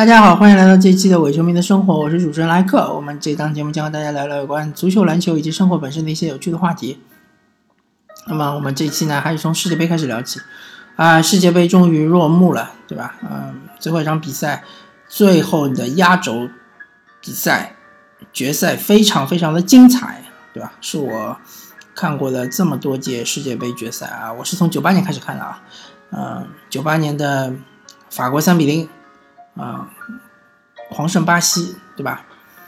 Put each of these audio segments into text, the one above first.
大家好，欢迎来到这一期的伪球迷的生活，我是主持人莱克。我们这档节目将和大家聊聊有关足球、篮球以及生活本身的一些有趣的话题。那么我们这一期呢，还是从世界杯开始聊起。世界杯终于落幕了，对吧？最后一场比赛，最后的压轴比赛，决赛非常非常的精彩，对吧？是我看过的这么多届世界杯决赛啊，我是从98年开始看的98年的法国3-0。狂胜巴西，对吧？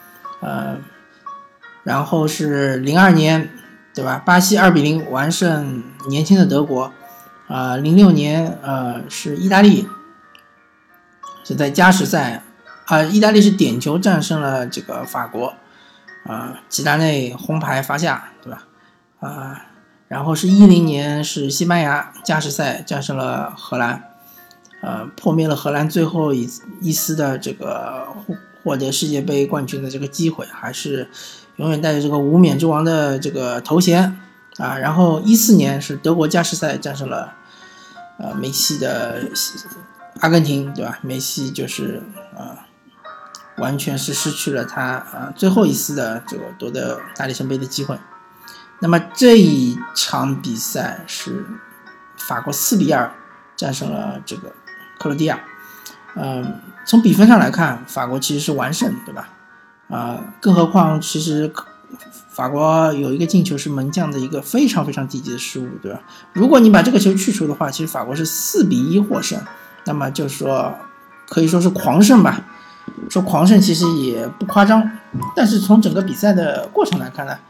然后是02年，对吧？巴西2-0完胜年轻的德国。06年是意大利是在加时赛意大利是点球战胜了这个法国，齐达内红牌罚下，对吧？然后是10年是西班牙加时赛战胜了荷兰。破灭了荷兰最后一丝的这个获得世界杯冠军的这个机会，还是永远带着这个无冕之王的这个头衔然后14年是德国加时赛战胜了梅西的阿根廷，对吧？梅西就是完全是失去了他最后一丝的这个夺得大力神杯的机会。那么这一场比赛是法国4-2战胜了这个克罗地亚。从比分上来看，法国其实是完胜，对吧？更何况其实法国有一个进球是门将的一个非常非常低级的失误，对吧？如果你把这个球去除的话，其实法国是4-1获胜，那么就说可以说是狂胜吧。说狂胜其实也不夸张，但是从整个比赛的过程来看呢，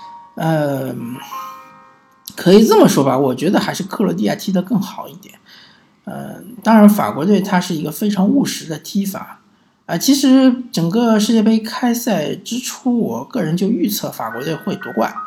可以这么说吧，我觉得还是克罗地亚踢得更好一点。当然法国队它是一个非常务实的踢法其实整个世界杯开赛之初，我个人就预测法国队会夺冠。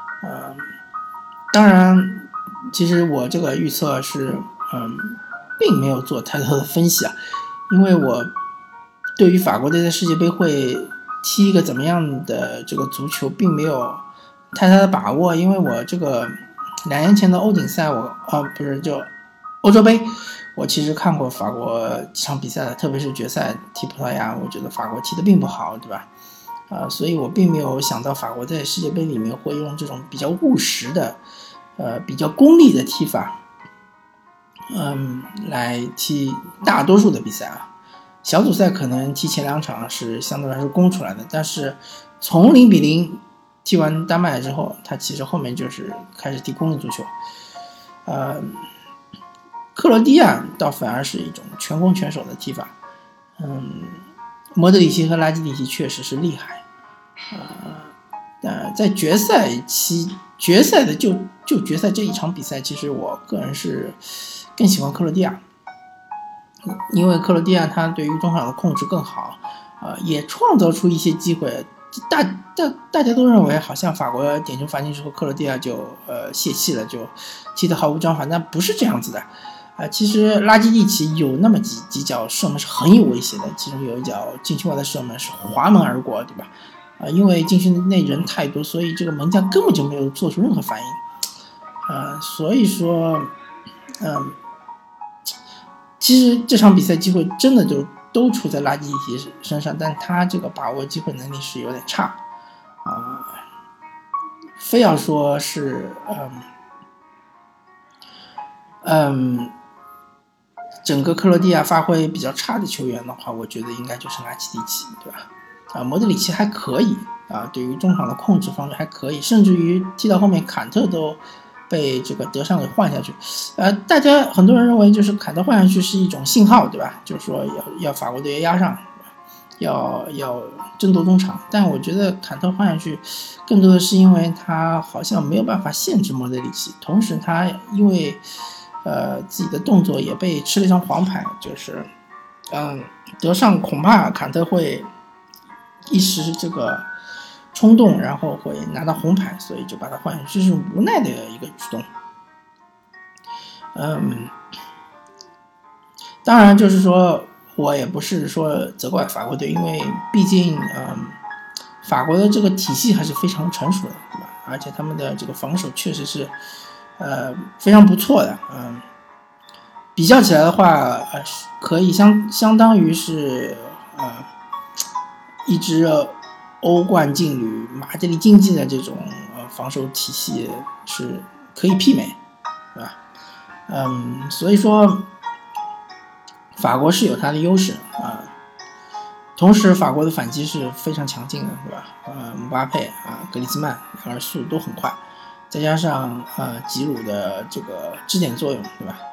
当然其实我这个预测是并没有做太多的分析因为我对于法国队在世界杯会踢一个怎么样的这个足球并没有太大的把握，因为我这个2年前的欧锦赛就欧洲杯，我其实看过法国几场比赛的，特别是决赛踢葡萄牙，我觉得法国踢得并不好，对吧？所以我并没有想到法国在世界杯里面会用这种比较务实的比较功利的踢法来踢大多数的比赛小组赛可能踢前2场是相对来说攻出来的，但是从0-0踢完丹麦之后，他其实后面就是开始踢功利足球。克罗地亚倒反而是一种全攻全守的踢法。莫德里奇和拉基蒂奇确实是厉害。在决赛的决赛这一场比赛，其实我个人是更喜欢克罗地亚，因为克罗地亚他对于中场的控制更好，也创造出一些机会。大家都认为好像法国点球罚进之后，克罗地亚就泄气了，就踢得毫无章法，但不是这样子的。其实拉基蒂奇有那么几脚射门是很有威胁的，其中有一脚禁区外的射门是滑门而过，对吧？因为禁区内人太多，所以这个门将根本就没有做出任何反应。所以说，其实这场比赛机会真的就都出在拉基蒂奇身上，但他这个把握机会能力是有点差非要说是整个克罗地亚发挥比较差的球员的话，我觉得应该就是拉基蒂奇，对吧？莫德里奇还可以对于中场的控制方面还可以，甚至于踢到后面坎特都被这个德尚给换下去。大家很多人认为就是坎特换下去是一种信号，对吧？就是说要法国队压上，要争夺中场。但我觉得坎特换下去更多的是因为他好像没有办法限制莫德里奇，同时他因为自己的动作也被吃了一张黄牌，就是德尚恐怕坎特会一时这个冲动，然后会拿到红牌，所以就把他换下去，这是无奈的一个举动。当然就是说我也不是说责怪法国队，因为毕竟法国的这个体系还是非常成熟的，对吧？而且他们的这个防守确实是非常不错的。 比较起来的话，可以相当于是一支欧冠劲旅马德里竞技的这种防守体系是可以媲美，对吧？所以说法国是有它的优势同时法国的反击是非常强劲的，对吧？姆巴佩格里兹曼两个人速度都很快，再加上吉鲁的这个支点作用，对吧？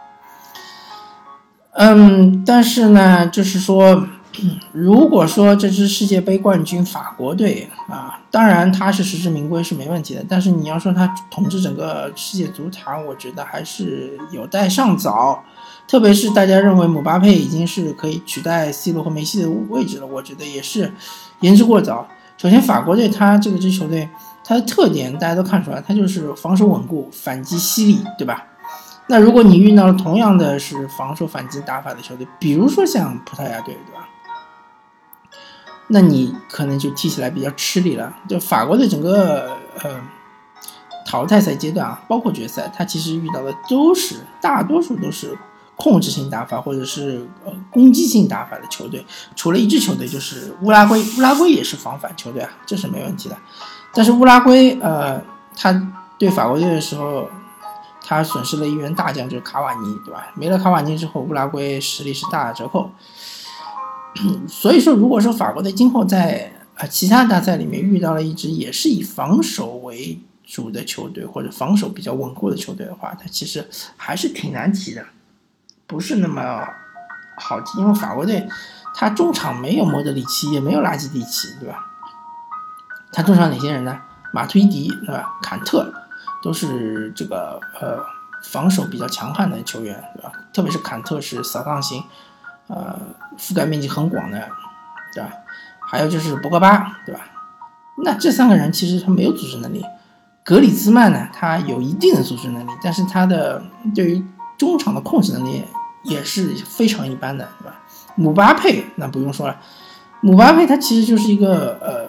但是呢，就是说，如果说这支世界杯冠军法国队当然他是实至名归是没问题的，但是你要说他统治整个世界足坛，我觉得还是有待尚早。特别是大家认为姆巴佩已经是可以取代 C 罗和梅西的位置了，我觉得也是言之过早。首先，法国队他这支球队，它的特点大家都看出来，它就是防守稳固，反击犀利，对吧？那如果你遇到了同样的是防守反击打法的球队，比如说像葡萄牙队，对吧？那你可能就踢起来比较吃力了。就法国的整个淘汰赛阶段包括决赛，它其实遇到的大多数都是控制性打法或者是攻击性打法的球队，除了一支球队就是乌拉圭，乌拉圭也是防反球队这是没问题的。但是乌拉圭他对法国队的时候，他损失了一员大将，就是卡瓦尼，对吧？没了卡瓦尼之后，乌拉圭实力是大打折扣。所以说，如果说法国队今后在其他大赛里面遇到了一支也是以防守为主的球队，或者防守比较稳固的球队的话，它其实还是挺难踢的，不是那么好踢。因为法国队他中场没有莫德里奇，也没有拉基蒂奇，对吧？他中场哪些人呢？马图伊迪，对吧？坎特都是这个防守比较强悍的球员，对吧？特别是坎特是扫荡型，覆盖面积很广的，对吧？还有就是博格巴，对吧？那这三个人其实他没有组织能力。格里兹曼呢，他有一定的组织能力，但是他的对于中场的控制能力也是非常一般的，对吧？姆巴佩那不用说了，姆巴佩他其实就是一个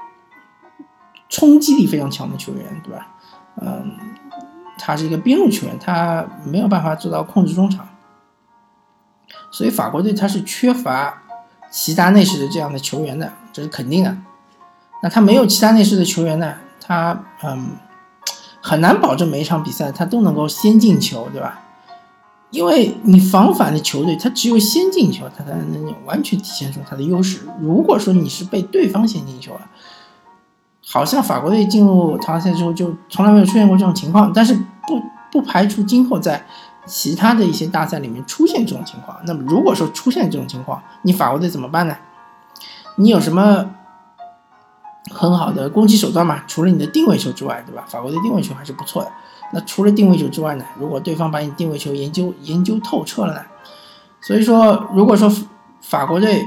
冲击力非常强的球员，对吧？他是一个边路球员，他没有办法做到控制中场，所以法国队他是缺乏齐达内式的这样的球员的，这是肯定的。那他没有齐达内式的球员呢，他很难保证每一场比赛他都能够先进球，对吧？因为你防反的球队，他只有先进球，他才能完全体现出他的优势。如果说你是被对方先进球了，好像法国队进入淘汰赛之后就从来没有出现过这种情况，但是不排除今后在其他的一些大赛里面出现这种情况。那么如果说出现这种情况，你法国队怎么办呢？你有什么很好的攻击手段吗？除了你的定位球之外，对吧？法国队定位球还是不错的。那除了定位球之外呢？如果对方把你定位球研究透彻了呢？所以说，如果说法国队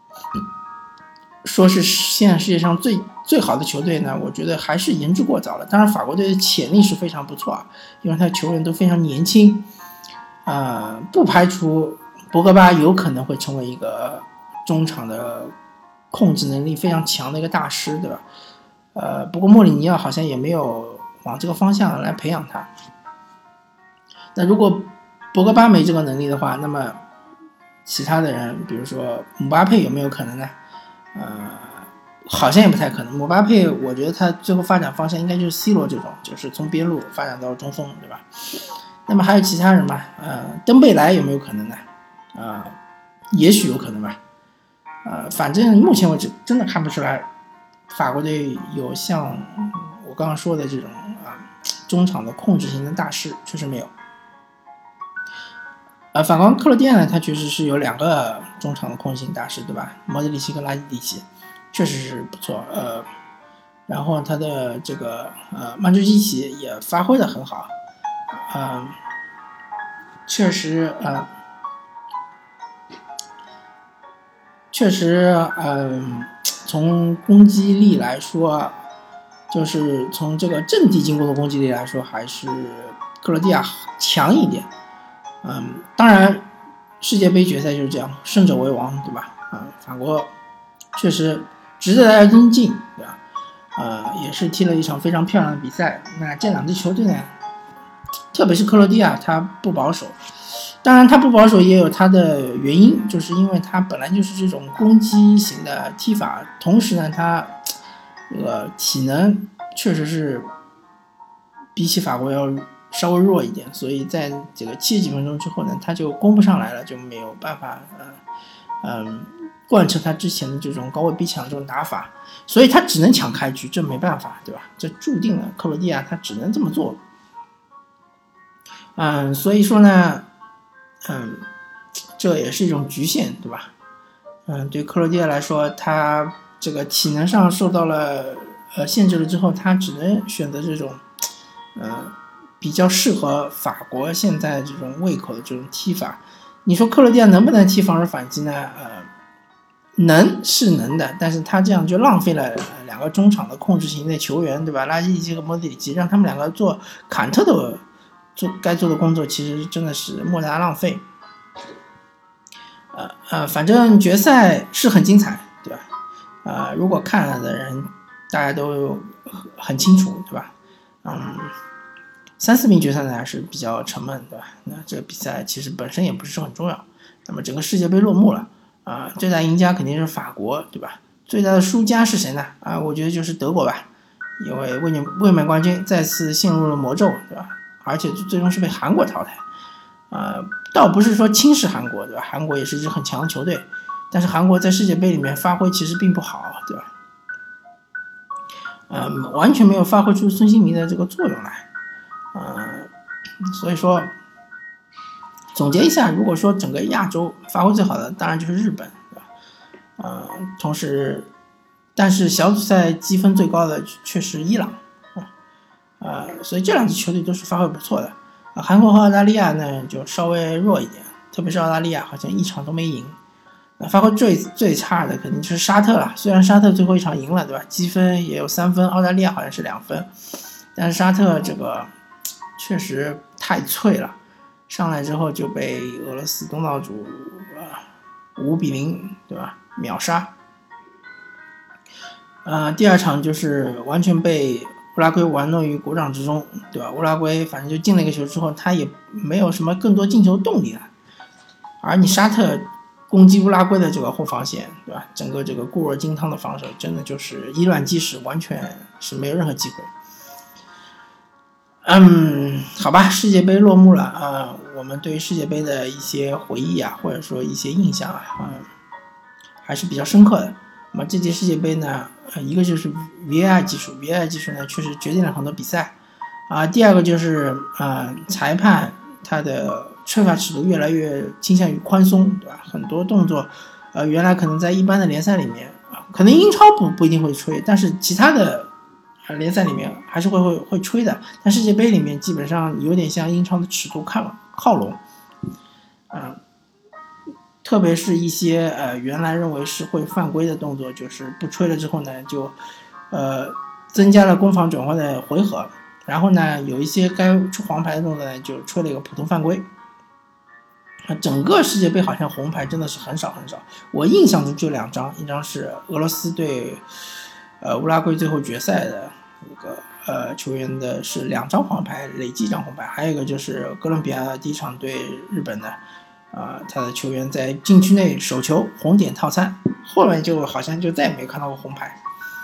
说是现在世界上最好的球队呢，我觉得还是言之过早了。当然，法国队的潜力是非常不错因为他球员都非常年轻，不排除博格巴有可能会成为一个中场的控制能力非常强的一个大师，对吧？不过莫里尼奥好像也没有往这个方向来培养他。那如果博格巴没这个能力的话，那么其他的人，比如说姆巴佩有没有可能呢？好像也不太可能。姆巴佩我觉得他最后发展方向应该就是 C 罗这种，就是从边路发展到中锋，对吧？那么还有其他人吗？登贝莱有没有可能呢？也许有可能吧。反正目前为止真的看不出来法国队有像我刚刚说的这种中场的控制型的大师，确实没有。反观克罗地亚呢，他确实是有两个中场的控制型大师，对吧？莫德里奇跟拉基蒂奇确实是不错。然后他的这个曼朱基奇也发挥的很好。确实从攻击力来说，就是从这个阵地进攻的攻击力来说，还是克罗地亚强一点。当然世界杯决赛就是这样，胜者为王，对吧？法国确实值得大家尊敬，对吧？也是踢了一场非常漂亮的比赛。那这两支球队呢，特别是克罗地亚，他不保守， 当然，他不保守也有他的原因，就是因为他本来就是这种攻击型的踢法，同时呢，他体能确实是比起法国要稍微弱一点，所以在这个70几分钟之后呢，他就攻不上来了，就没有办法贯彻他之前的这种高位逼抢这种打法，所以他只能抢开局，这没办法，对吧？这注定了克罗地亚他只能这么做。所以说呢，这也是一种局限，对吧？对克罗地亚来说，他这个体能上受到了限制了之后，他只能选择这种比较适合法国现在这种胃口的这种踢法。你说克罗地亚能不能踢防守反击呢？能是能的，但是他这样就浪费了两个中场的控制型的球员，对吧？拉基蒂奇和莫德里奇，让他们两个做坎特的该做的工作，其实真的是莫大浪费。反正决赛是很精彩，对吧？如果看了的人，大家都很清楚，对吧？3-4名决赛呢还是比较沉闷，对吧？那这个比赛其实本身也不是很重要。那么整个世界杯落幕了。最大赢家肯定是法国，对吧？最大的输家是谁呢？我觉得就是德国吧，因为卫冕冠军再次陷入了魔咒，对吧？而且最终是被韩国淘汰。倒不是说轻视韩国，对吧？韩国也是一支很强的球队，但是韩国在世界杯里面发挥其实并不好，对吧？完全没有发挥出孙兴民的这个作用来。所以说。总结一下，如果说整个亚洲发挥最好的，当然就是日本，对吧？同时，但是小组赛积分最高的却是伊朗，所以这两支球队都是发挥不错的。韩国和澳大利亚呢就稍微弱一点，特别是澳大利亚好像一场都没赢。发挥最差的肯定就是沙特了，虽然沙特最后一场赢了，对吧？积分也有3分，澳大利亚好像是2分，但是沙特这个确实太脆了。上来之后就被俄罗斯东道主5-0，对吧？秒杀。第二场就是完全被乌拉圭玩弄于股掌之中，对吧？乌拉圭反正就进了一个球之后，他也没有什么更多进球动力了。而你沙特攻击乌拉圭的这个后防线，对吧？整个这个固若金汤的防守，真的就是以卵击石，完全是没有任何机会。好吧，世界杯落幕了我们对于世界杯的一些回忆或者说一些印象还是比较深刻的。那么这届世界杯呢，一个就是 VAR 技术 ，VAR 技术呢确实决定了很多比赛第二个就是裁判他的吹罚尺度越来越倾向于宽松，对吧？很多动作原来可能在一般的联赛里面可能英超不一定会吹，但是其他的联赛里面还是会吹的，但世界杯里面基本上有点向英超的尺度靠拢特别是一些原来认为是会犯规的动作，就是不吹了之后呢，就增加了攻防转换的回合，然后呢有一些该出黄牌的动作呢就吹了一个普通犯规。整个世界杯好像红牌真的是很少很少，我印象中就2张，一张是俄罗斯对乌拉圭最后决赛的那个球员的是2张黄牌，累计1张红牌，还有一个就是哥伦比亚第一场对日本的他的球员在禁区内手球红点套餐，后面就好像就再也没看到过红牌。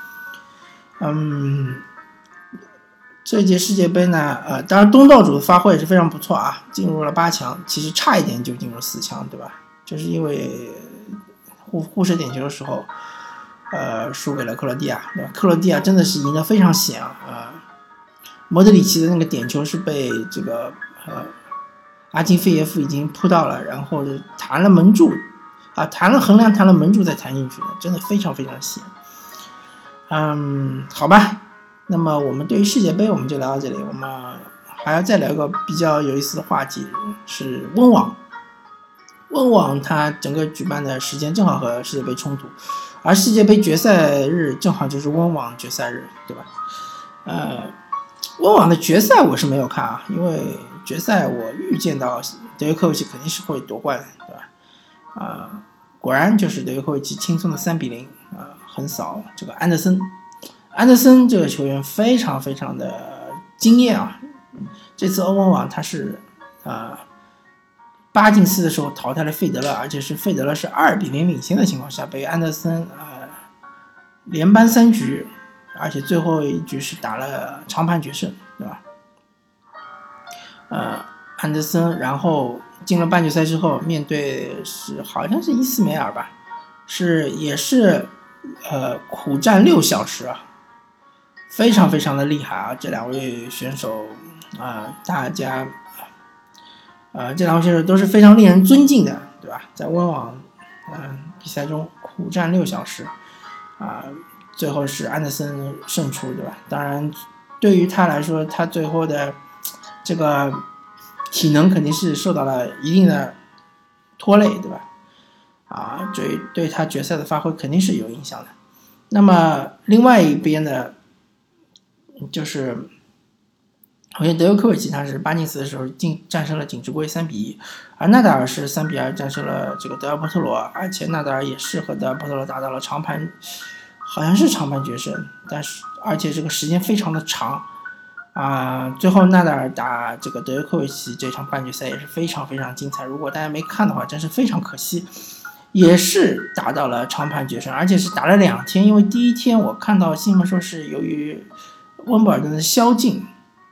这届世界杯呢，当然东道主的发挥也是非常不错进入了8强，其实差一点就进入4强，对吧？就是因为互射点球的时候，输给了克罗地亚，对吧？克罗地亚真的是赢得非常险莫德里奇的那个点球是被这个阿金费耶夫已经扑到了，然后就弹了门柱弹了门柱再弹进去的，真的非常非常险。好吧，那么我们对于世界杯我们就聊到这里，我们还要再聊一个比较有意思的话题，是温网。温网它整个举办的时间正好和世界杯冲突，而世界杯决赛日正好就是温网决赛日，对吧？温网的决赛我是没有看因为决赛我预见到德约科维奇肯定是会夺冠的，对吧？果然就是德约科维奇轻松的3-0横扫这个安德森。安德森这个球员非常非常的惊艳这次欧盟网他是 8进4的时候淘汰了费德勒，而且是费德勒是2-0领先的情况下，被安德森连扳3局，而且最后一局是打了长盘决胜，对吧？安德森然后进了半决赛之后，面对好像是伊斯梅尔吧，也是苦战6小时啊，非常非常的厉害啊！这两位选手大家这两位选手都是非常令人尊敬的，对吧？在温网比赛中苦战6小时最后是安德森胜出，对吧？当然对于他来说，他最后的这个体能肯定是受到了一定的拖累，对吧？对他决赛的发挥肯定是有影响的。那么另外一边的就是好像德约科维奇他是8进4的时候战胜了锦织圭3-1，而纳达尔是3-2战胜了这个德尔波特罗，而且纳达尔也是和德尔波特罗打到了长盘，好像是长盘决胜，而且这个时间非常的长最后纳达尔打这个德约科维奇这场半决赛也是非常非常精彩，如果大家没看的话真是非常可惜，也是打到了长盘决胜，而且是打了2天，因为第一天我看到新闻说是由于温布尔登的宵禁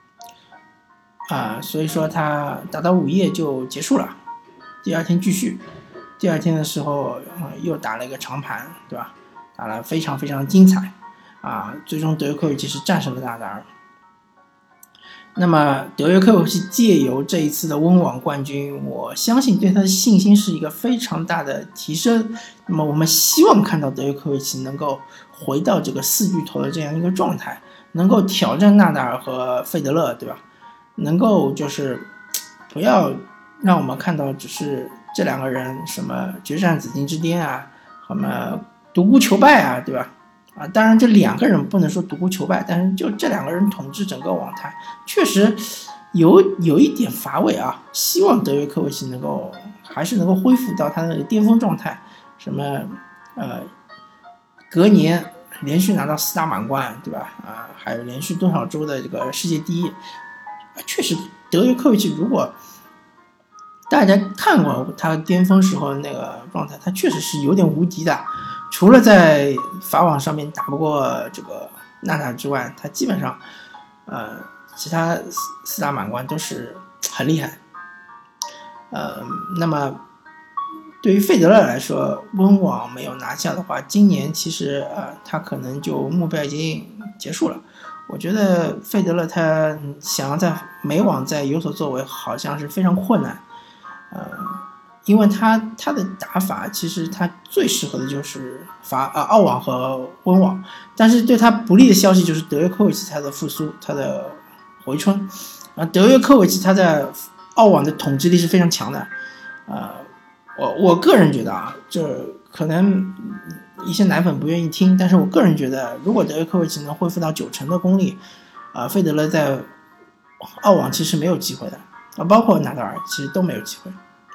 所以说他打到午夜就结束了，第二天继续，第二天的时候又打了一个长盘，对吧？打了非常非常精彩最终德约科维奇是战胜了纳达尔。那么德约科维奇借由这一次的温网冠军，我相信对他的信心是一个非常大的提升。那么我们希望看到德约科维奇能够回到这个4巨头的这样一个状态，能够挑战纳达尔和费德勒，对吧？能够就是不要让我们看到只是这两个人什么决战紫禁之巅什么独孤求败对吧？当然这两个人不能说独孤求败，但是就这两个人统治整个网坛确实有一点乏味希望德约科维奇还是能够恢复到他的巅峰状态，什么隔年连续拿到4大满贯，对吧？还有连续多少周的这个世界第一，确实德约科维奇如果大家看过他巅峰时候那个状态，他确实是有点无敌的，除了在法网上面打不过这个纳达尔之外，他基本上其他4大满贯都是很厉害。那么对于费德勒来说，温网没有拿下的话，今年其实他可能就目标已经结束了。我觉得费德勒他想要在美网再有所作为，好像是非常困难。因为他的打法其实他最适合的就是澳网和温网，但是对他不利的消息就是德约科维奇他的复苏，他的回春。德约科维奇他在澳网的统治力是非常强的。我个人觉得这可能一些奶粉不愿意听，但是我个人觉得，如果德约科维奇能恢复到90%的功力，费德勒在澳网其实没有机会的，包括纳达尔其实都没有机会。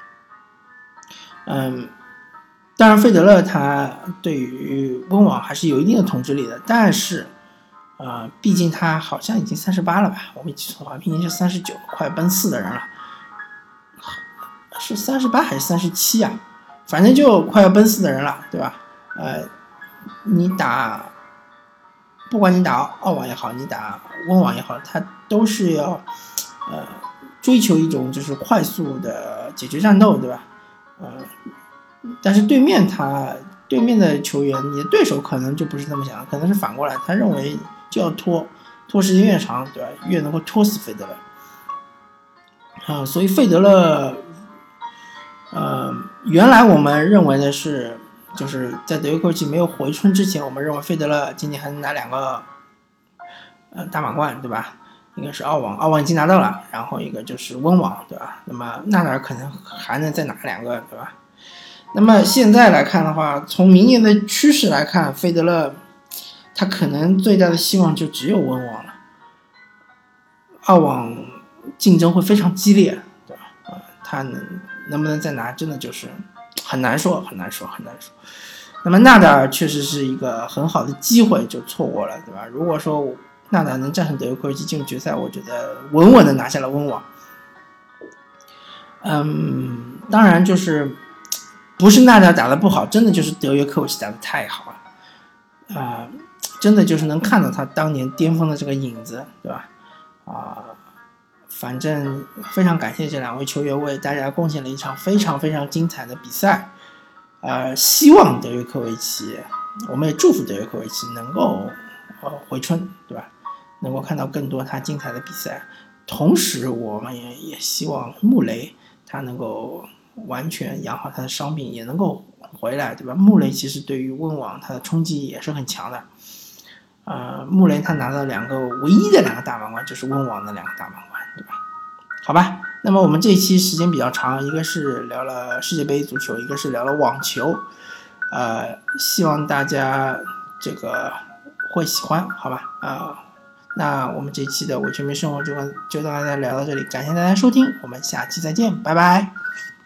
当然费德勒他对于温网还是有一定的统治力的，但是毕竟他好像已经38了吧，我没记错的话，毕竟是39快奔4的人了，是38还是37反正就快要奔4的人了，对吧？不管你打澳网也好，你打温网也好，他都是要追求一种就是快速的解决战斗，对吧？但是对面的球员，你的对手可能就不是这么想，可能是反过来，他认为就要拖时间越长，对吧？越能够拖死费德勒。所以费德勒，原来我们认为的是，就是在德约科维奇没有回春之前，我们认为费德勒今年还能拿2个大满贯，对吧？一个是澳网已经拿到了，然后一个就是温网，对吧？那么纳达尔可能还能再拿2个，对吧？那么现在来看的话，从明年的趋势来看，费德勒他可能最大的希望就只有温网了，澳网竞争会非常激烈，对吧？他能不能再拿，真的就是很难说。那么纳达尔确实是一个很好的机会，就错过了，对吧？如果说纳达尔能战胜德约科维奇进入决赛，我觉得稳稳的拿下了温网。 当然就是不是纳达尔打得不好，真的就是德约科维奇打得太好了真的就是能看到他当年巅峰的这个影子，对吧？反正非常感谢这两位球员为大家贡献了一场非常非常精彩的比赛。希望德约科维奇，我们也祝福德约科维奇能够回春，对吧？能够看到更多他精彩的比赛。同时，我们也希望穆雷他能够完全养好他的伤病，也能够回来，对吧？穆雷其实对于温网他的冲击也是很强的。穆雷他拿到唯一的两个大满贯，就是温网的2个大满贯，对吧？好吧，那么我们这一期时间比较长，一个是聊了世界杯足球，一个是聊了网球，希望大家这个会喜欢，好吧？那我们这一期的伪球迷生活就跟大家聊到这里，感谢大家收听，我们下期再见，拜拜。